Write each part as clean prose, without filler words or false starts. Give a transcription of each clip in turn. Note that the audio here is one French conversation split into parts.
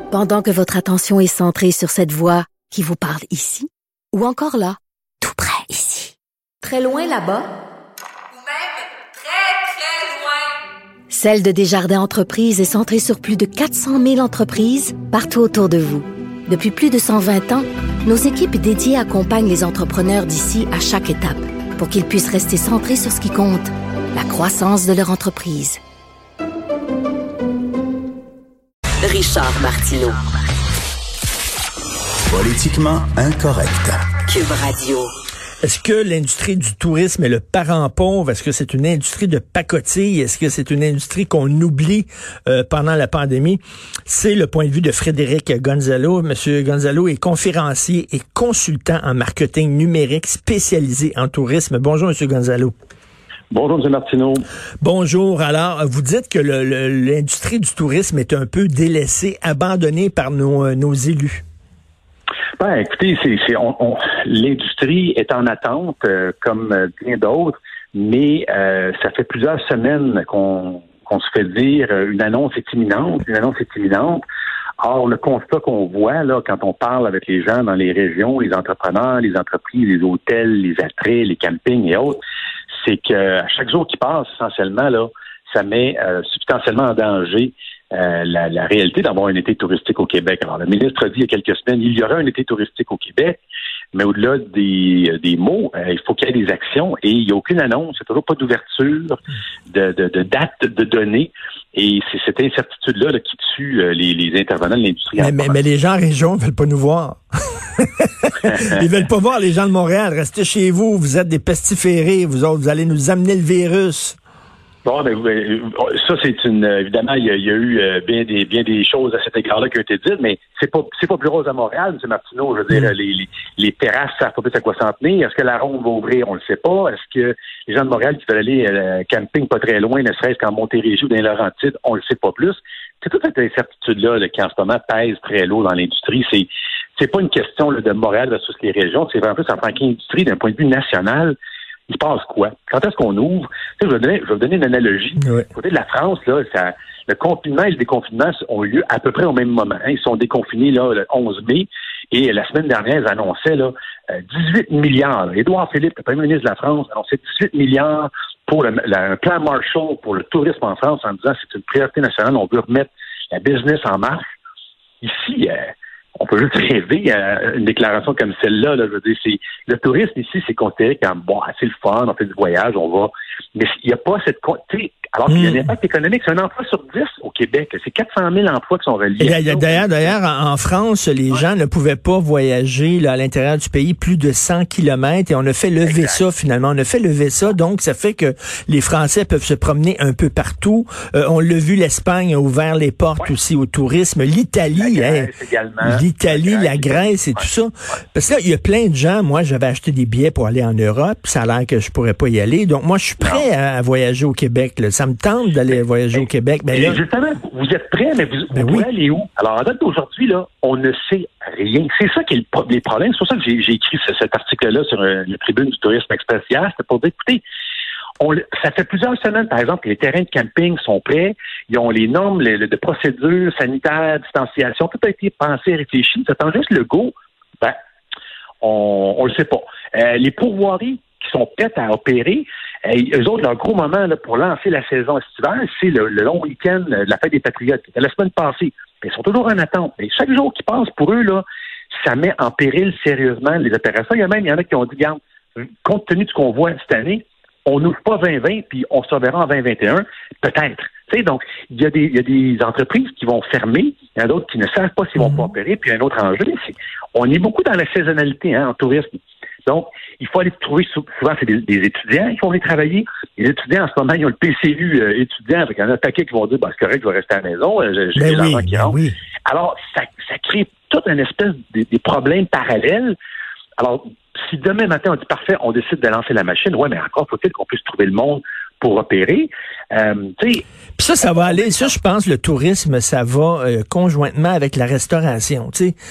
Pendant que votre attention est centrée sur cette voix qui vous parle ici, ou encore là, tout près ici, très loin là-bas, ou même très, très loin. Celle de Desjardins Entreprises est centrée sur plus de 400 000 entreprises partout autour de vous. Depuis plus de 120 ans, nos équipes dédiées accompagnent les entrepreneurs d'ici à chaque étape pour qu'ils puissent rester centrés sur ce qui compte, la croissance de leur entreprise. Richard Martineau. Politiquement incorrect. Cube Radio. Est-ce que l'industrie du tourisme est le parent pauvre? Est-ce que c'est une industrie de pacotille? Est-ce que c'est une industrie qu'on oublie pendant la pandémie? C'est le point de vue de Frédéric Gonzalo. Monsieur Gonzalo est conférencier et consultant en marketing numérique spécialisé en tourisme. Bonjour, Monsieur Gonzalo. Bonjour, M. Martineau. Bonjour. Alors, vous dites que l'industrie du tourisme est un peu délaissée, abandonnée par nos élus. Ben, écoutez, l'industrie est en attente, comme bien d'autres, mais ça fait plusieurs semaines qu'on se fait dire une annonce est imminente. Or, le constat qu'on voit là, quand on parle avec les gens dans les régions, les entrepreneurs, les entreprises, les hôtels, les attraits, les campings et autres, c'est que à chaque jour qui passe, essentiellement, là, ça met substantiellement en danger la réalité d'avoir un été touristique au Québec. Alors, le ministre a dit il y a quelques semaines, il y aura un été touristique au Québec, mais au-delà des mots, il faut qu'il y ait des actions et il n'y a aucune annonce, il n'y a toujours pas d'ouverture, de date de données. Et c'est cette incertitude-là là, qui tue les intervenants de l'industrie. Mais les gens en région ne veulent pas nous voir. Ils veulent pas voir les gens de Montréal. Restez chez vous, vous êtes des pestiférés, vous autres, vous allez nous amener le virus. Bon, ça, évidemment, il y a eu bien des choses à cet égard-là qui ont été dites, mais c'est pas plus rose à Montréal, M. Martineau. Je veux dire, les terrasses savent pas plus à quoi s'en tenir. Est-ce que la ronde va ouvrir? On le sait pas. Est-ce que les gens de Montréal qui veulent aller camping pas très loin, ne serait-ce qu'en Montérégie ou dans les Laurentides, on le sait pas plus? C'est toute cette incertitude-là qui, en ce moment, pèse très lourd dans l'industrie. C'est pas une question là, de Montréal versus les régions. C'est vraiment plus en tant qu'industrie, d'un point de vue national. Il se passe quoi? Quand est-ce qu'on ouvre? Je vais vous donner une analogie. Oui. Du côté de la France, là, le confinement et le déconfinement ont eu lieu à peu près au même moment. Ils sont déconfinés là, le 11 mai et la semaine dernière, ils annonçaient là, 18 milliards. Édouard Philippe, le premier ministre de la France, annonçait 18 milliards pour un plan Marshall pour le tourisme en France en disant que c'est une priorité nationale, on veut remettre la business en marche. Ici, on peut juste rêver à une déclaration comme celle-là. Là, je veux dire, le tourisme ici, c'est considéré comme bon, c'est le fun, on fait du voyage, on va. Mais il n'y a pas cette. Alors qu'il y a un impact économique, c'est un emploi sur 10 au Québec. C'est 400 000 emplois qui sont reliés. D'ailleurs, en France, les gens ne pouvaient pas voyager là, à l'intérieur du pays plus de 100 kilomètres et on a fait lever ça finalement. On a fait lever ça, donc ça fait que les Français peuvent se promener un peu partout. On l'a vu, l'Espagne a ouvert les portes aussi au tourisme. L'Italie, la Grèce et tout ça. Parce que là, il y a plein de gens. Moi, j'avais acheté des billets pour aller en Europe. Ça a l'air que je pourrais pas y aller. Donc, moi, je suis prêt à voyager au Québec. Là. Ça me tente d'aller voyager au Québec. Mais là, justement, vous êtes prêts, mais vous pouvez aller où? Alors, en date d'aujourd'hui, là, on ne sait rien. C'est ça qui est les problèmes. C'est pour ça que j'ai écrit cet article-là sur la tribune du Tourisme Express hier. C'était pour dire, écoutez, ça fait plusieurs semaines, par exemple, que les terrains de camping sont prêts. Ils ont les normes de procédures sanitaires, distanciation. Tout a été pensé, réfléchi. Ça attend juste le go. Ben, on le sait pas. Les pourvoiries qui sont prêtes à opérer, eux autres, leur gros moment là, pour lancer la saison estivale, c'est le long week-end de la fête des Patriotes, qui était la semaine passée. Mais ils sont toujours en attente. Et chaque jour qui passe, pour eux, là, ça met en péril sérieusement les opérations. Il y en a qui ont dit, regarde, compte tenu de ce qu'on voit cette année, on n'ouvre pas 2020, puis on se reverra en 2021, peut-être. Tu sais, donc, il y a des entreprises qui vont fermer, il y en a d'autres qui ne savent pas s'ils vont pas opérer, puis un autre enjeu, on est beaucoup dans la saisonnalité en tourisme. Donc, il faut aller trouver, souvent, c'est des étudiants qui vont aller travailler. Les étudiants, en ce moment, ils ont le PCU étudiant, avec un paquet qui vont dire, c'est correct, je vais rester à la maison, j'ai des enfants qui rentrent. Oui. Alors, ça crée toute une espèce des problèmes parallèles. Alors, si demain matin, on dit, parfait, on décide de lancer la machine, ouais, mais encore faut-il qu'on puisse trouver le monde pour opérer. Puis ça va aller. Ça, je pense, le tourisme, ça va conjointement avec la restauration.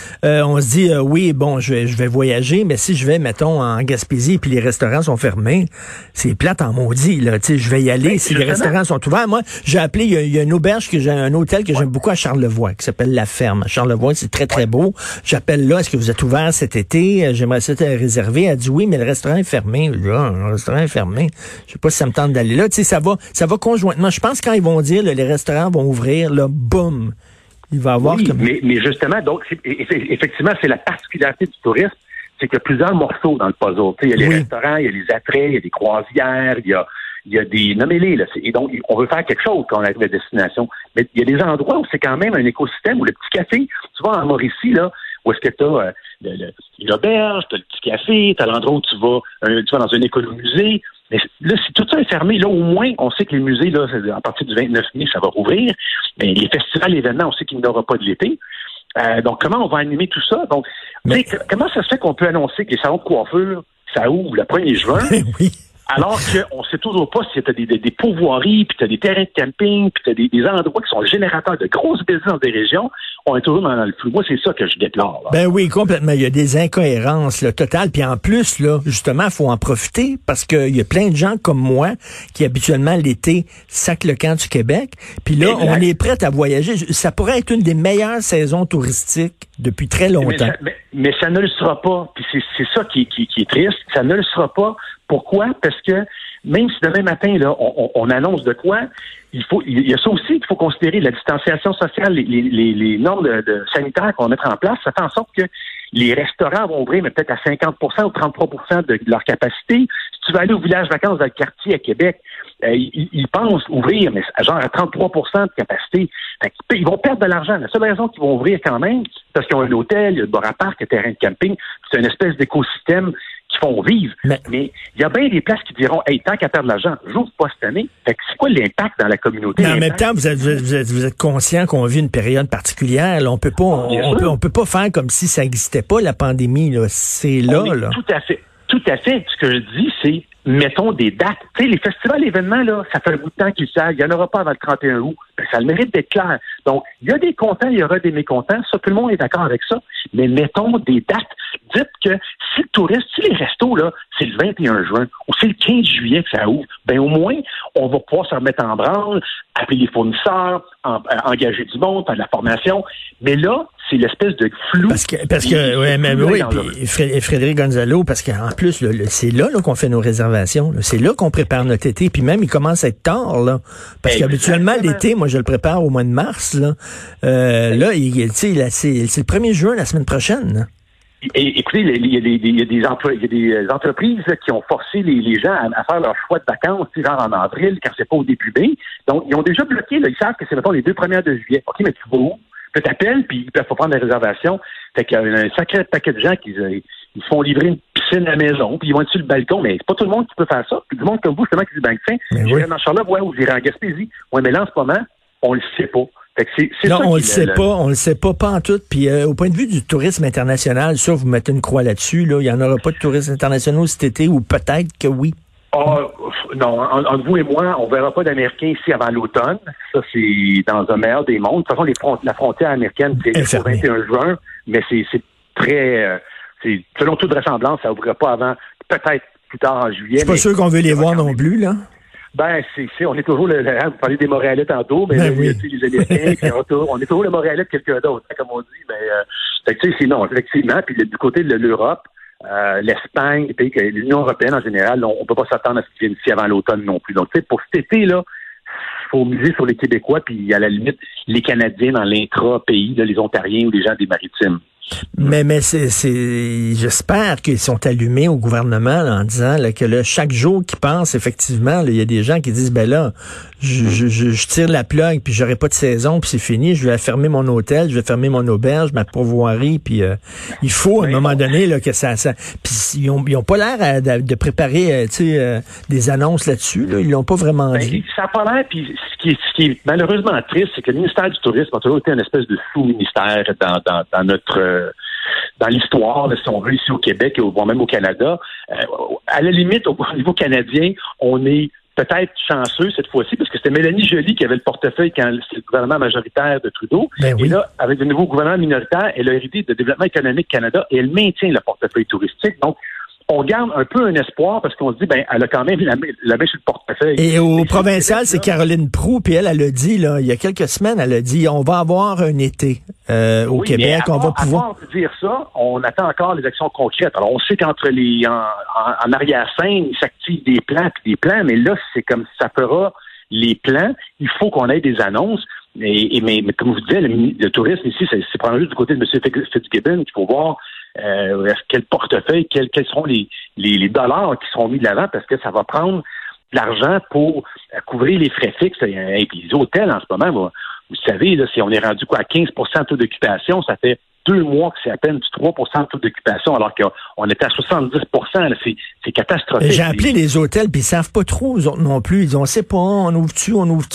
On se dit, oui, bon, je vais voyager, mais si je vais, mettons, en Gaspésie, puis les restaurants sont fermés, c'est plate en maudit. Là, je vais y aller si les restaurants sont ouverts. Moi, j'ai appelé, il y a une auberge, un hôtel que j'aime beaucoup à Charlevoix, qui s'appelle La Ferme. À Charlevoix, c'est très, très beau. J'appelle là, est-ce que vous êtes ouvert cet été? J'aimerais ça réserver. Elle dit oui, mais le restaurant est fermé. Là, le restaurant est fermé. Je sais pas si ça me tente d'aller là. Ça va conjointement. Je pense que quand ils vont dire, là, les restaurants vont ouvrir, là, boum, il va y avoir comme... mais justement, donc, effectivement, c'est la particularité du tourisme, c'est qu'il y a plusieurs morceaux dans le puzzle. Il y a les restaurants, il y a les attraits, il y a des croisières, il y a des... Nommez-les, là. Et donc, on veut faire quelque chose quand on arrive à destination. Mais il y a des endroits où c'est quand même un écosystème, où le petit café, tu vas en Mauricie, là, où est-ce que tu as l'auberge, tu as le petit café, tu as l'endroit où tu vas dans un économusée. Mais là, si tout ça est fermé, là, au moins, on sait que les musées, là, à partir du 29 mai, ça va rouvrir. Mais les festivals, événements, on sait qu'il n'y aura pas de l'été. Donc, comment on va animer tout ça? Donc, comment ça se fait qu'on peut annoncer que les salons de coiffure, ça ouvre le 1er juin? Oui. Alors qu'on sait toujours pas si tu as des pourvoiries, puis tu as des terrains de camping, puis tu as des endroits qui sont générateurs de grosses business dans des régions, on est toujours dans le flou. Moi, c'est ça que je déplore. Là. Ben oui, complètement. Il y a des incohérences là, totales. Puis en plus, là, justement, il faut en profiter parce qu'il y a plein de gens comme moi qui, habituellement, l'été, sacent le camp du Québec. Puis là, on est prêt à voyager. Ça pourrait être une des meilleures saisons touristiques depuis très longtemps. Mais ça ne le sera pas. Puis c'est ça qui est triste. Ça ne le sera pas. Pourquoi? Parce que même si demain matin, là, on annonce de quoi, il y a ça aussi qu'il faut considérer, la distanciation sociale, les normes de sanitaires qu'on va mettre en place, ça fait en sorte que les restaurants vont ouvrir, mais peut-être à 50% ou 33% de leur capacité. Si tu vas aller au village vacances dans le quartier à Québec, ils pensent ouvrir, mais genre à 33% de capacité. Fait ils vont perdre de l'argent. La seule raison qu'ils vont ouvrir quand même, c'est parce qu'ils ont un hôtel, il y a le bar à parc, un terrain de camping. C'est une espèce d'écosystème qui font vivre. Mais il y a bien des places qui diront, hey, tant qu'à perdre de l'argent, j'ouvre pas cette année. Fait que c'est quoi l'impact dans la communauté? Mais en même temps, vous êtes conscient qu'on vit une période particulière. Là, on peut pas faire comme si ça n'existait pas, la pandémie. Là. C'est là. Tout à fait. Tout à fait. Ce que je dis, c'est mettons des dates. Tu sais, les festivals, événements, là, ça fait un bout de temps qu'ils savent. Il n'y en aura pas avant le 31 août. Ben, ça a le mérite d'être clair. Donc, il y a des contents, il y aura des mécontents. Ça, tout le monde est d'accord avec ça. Mais mettons des dates. Dites que si le tourisme, si les restos, là, c'est le 21 juin ou c'est le 15 juillet que ça ouvre, ben au moins, on va pouvoir se remettre en branle, appeler les fournisseurs, engager du monde, faire de la formation. Mais là, c'est l'espèce de flou. Parce que ouais, mais oui, puis Frédéric Gonzalo, parce qu'en plus, c'est là qu'on fait nos réservations. Là. C'est là qu'on prépare notre été. Puis même, il commence à être tard, là. Parce qu'habituellement, l'été, moi, je le prépare au mois de mars, là. Là, c'est le 1er juin, la semaine prochaine, là. Et, écoutez, il y a des entreprises qui ont forcé les gens à faire leur choix de vacances, genre en avril, quand c'est pas au début mai. Donc, ils ont déjà bloqué, là, ils savent que c'est, mettons, les 2 premières de juillet. OK, mais tu vas où? Puis t'appelles, puis il faut prendre des réservations. Fait qu'il y a un sacré paquet de gens qui ils font livrer une piscine à la maison, puis ils vont être sur le balcon. Mais c'est pas tout le monde qui peut faire ça. Puis du monde comme vous, justement, qui dit, ben tiens, j'irai dans Charlevoix ou j'irai en Gaspésie. Ouais, mais là, en ce moment, on le sait pas. Non, on le sait pas en tout. Puis au point de vue du tourisme international, ça, vous mettez une croix là-dessus, là, il n'y en aura pas de tourisme international cet été, ou peut-être que oui. Non, entre vous et moi, on verra pas d'Américains ici avant l'automne. Ça, c'est dans un meilleur des mondes. De toute façon, la frontière américaine, c'est le 21 juin, mais c'est très... selon toute vraisemblance, ça ouvrira pas avant, peut-être plus tard en juillet. C'est pas sûr qu'on veut les voir non plus, là. Ben, on est toujours vous parlez des Montréalais tantôt, mais les Américains, on est toujours le Montréalais de quelqu'un d'autre, comme on dit, mais c'est non, effectivement, puis du côté de l'Europe, l'Espagne, les pays, l'Union européenne en général, on peut pas s'attendre à ce qu'ils viennent ici avant l'automne non plus. Donc, tu sais, pour cet été, là, il faut miser sur les Québécois, puis à la limite, les Canadiens dans l'intra-pays, là, les Ontariens ou les gens des Maritimes. Mais j'espère qu'ils sont allumés au gouvernement là, en disant là, que là, chaque jour qu'ils passent, effectivement, il y a des gens qui disent ben là, je tire la plug puis j'aurai pas de saison puis c'est fini, je vais fermer mon hôtel, je vais fermer mon auberge, ma pourvoirie puis il faut à un moment donné là que ça puis ils ont pas l'air de préparer des annonces là-dessus là, ils l'ont pas vraiment dit. Ça a pas l'air puis ce qui est malheureusement triste, c'est que le ministère du Tourisme a toujours été une espèce de sous-ministère dans notre dans l'histoire, si on veut, ici au Québec et voire même au Canada. À la limite, au niveau canadien, on est peut-être chanceux cette fois-ci, parce que c'était Mélanie Joly qui avait le portefeuille quand c'était le gouvernement majoritaire de Trudeau. Ben oui. Et là, avec le nouveau gouvernement minoritaire, elle a hérité de Développement économique Canada et elle maintient le portefeuille touristique. Donc, on garde un peu un espoir parce qu'on se dit, ben, elle a quand même la main sur le portefeuille. Et au provincial, c'est Caroline Proulx, puis elle a dit, là, il y a quelques semaines, elle a dit, on va avoir un été au Québec, on va pouvoir... À part de dire ça, on attend encore les actions concrètes. Alors, on sait qu'entre en arrière-scène, il s'active des plans, mais là, c'est comme ça fera les plans. Il faut qu'on ait des annonces. Mais comme vous disiez, le tourisme ici, c'est probablement juste du côté de M. Fitzgibbon qu'il faut voir quel portefeuille, quels seront les dollars qui seront mis de l'avant, parce que ça va prendre de l'argent pour couvrir les frais fixes. Et puis les hôtels, en ce moment, vous savez, là, si on est rendu à 15 de taux d'occupation, ça fait 2 mois que c'est à peine du 3 de taux d'occupation, alors qu'on était à 70 là, c'est catastrophique. J'ai appelé les hôtels, puis ils savent pas trop, eux autres non plus. Ils disent, on sait pas, on ouvre-tu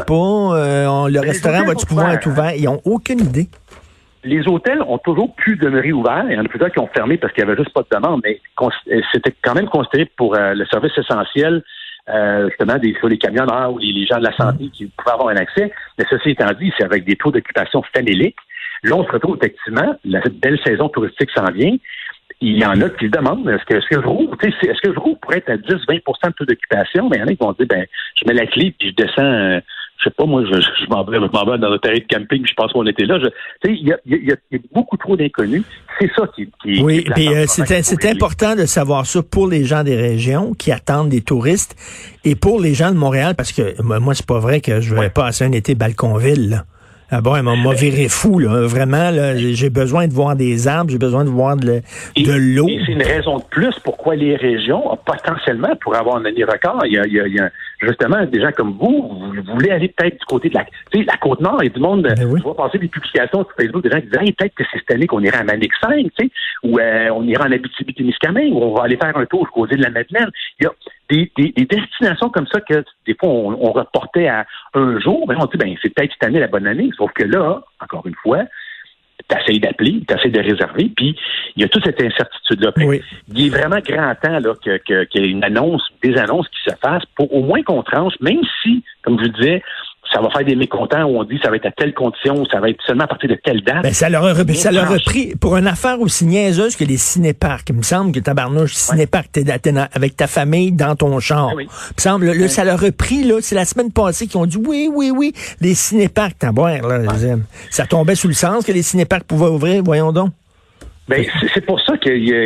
pas, le restaurant va-tu pouvoir être ouvert? Ils ont aucune idée. Les hôtels ont toujours pu demeurer ouverts. Il y en a plusieurs qui ont fermé parce qu'il n'y avait juste pas de demande, mais c'était quand même considéré pour le service essentiel, justement, sur les camionneurs ou les gens de la santé qui pouvaient avoir un accès. Mais ceci étant dit, c'est avec des taux d'occupation faméliques. Là, on se retrouve effectivement, la belle saison touristique s'en vient. Il y en a qui se demandent, est-ce que je roule pour être à 10-20 de taux d'occupation? Mais il y en a qui vont dire, ben, je mets la clé puis je descends, je sais pas, moi, je m'en vais dans notre terrain de camping, puis je pense qu'on était là. Il y a beaucoup trop d'inconnus. C'est ça qui oui, puis c'est important de savoir ça pour les gens des régions qui attendent des touristes et pour les gens de Montréal, parce que moi, c'est pas vrai que je vais passer un été Balconville, là. Ah bon, elle m'a viré fou, là. Vraiment, là, j'ai besoin de voir des arbres, j'ai besoin de voir de l'eau. Et c'est une raison de plus pourquoi les régions, potentiellement, pourraient avoir un année record. Il y a justement des gens comme vous voulez aller peut-être du côté de la Côte-Nord, et du monde, oui. Je vois passer des publications sur Facebook, des gens qui disent, hey, peut-être que c'est cette année qu'on irait à Manic 5, tu sais, ou on ira en Abitibi-Témiscamingue, ou on va aller faire un tour jusqu'aux îles de la Madeleine. Il y a des destinations comme ça que des fois on reportait à un jour, ben on dit c'est peut-être cette année la bonne année, sauf que là, encore une fois, t'essayes d'appeler, t'essayes de réserver, puis il y a toute cette incertitude-là. Oui. Il est vraiment grand temps là qu'il y ait des annonces qui se fassent pour au moins qu'on tranche, même si, comme je vous disais, ça va faire des mécontents où on dit ça va être à telle condition, ça va être seulement à partir de telle date. Ben, ça leur a pris, pour une affaire aussi niaiseuse que les cinéparcs. Il me semble que tabarnouche, cinéparc, t'es avec ta famille dans ton char. Oui. Il me semble, là, ça leur a pris, là, c'est la semaine passée qu'ils ont dit oui, les cinéparcs, t'as boire, là. Ça tombait sous le sens que les cinéparcs pouvaient ouvrir, voyons donc. Ben, c'est pour ça qu'il y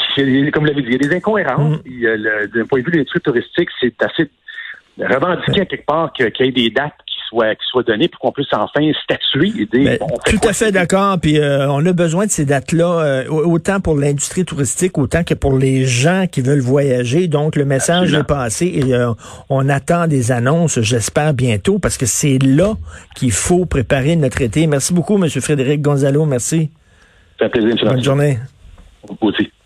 a, comme vous l'avez dit, il y a des incohérences. D'un point de vue de l'industrie touristique, c'est assez revendiqué à quelque part qu'il y ait des dates qui soient données pour qu'on puisse enfin statuer et dire... tout à fait d'accord, puis on a besoin de ces dates-là, autant pour l'industrie touristique, autant que pour les gens qui veulent voyager. Donc, le message est passé et on attend des annonces, j'espère, bientôt, parce que c'est là qu'il faut préparer notre été. Merci beaucoup, M. Frédéric Gonzalo. Merci. Ça fait plaisir, M. Bonne journée. Vous aussi.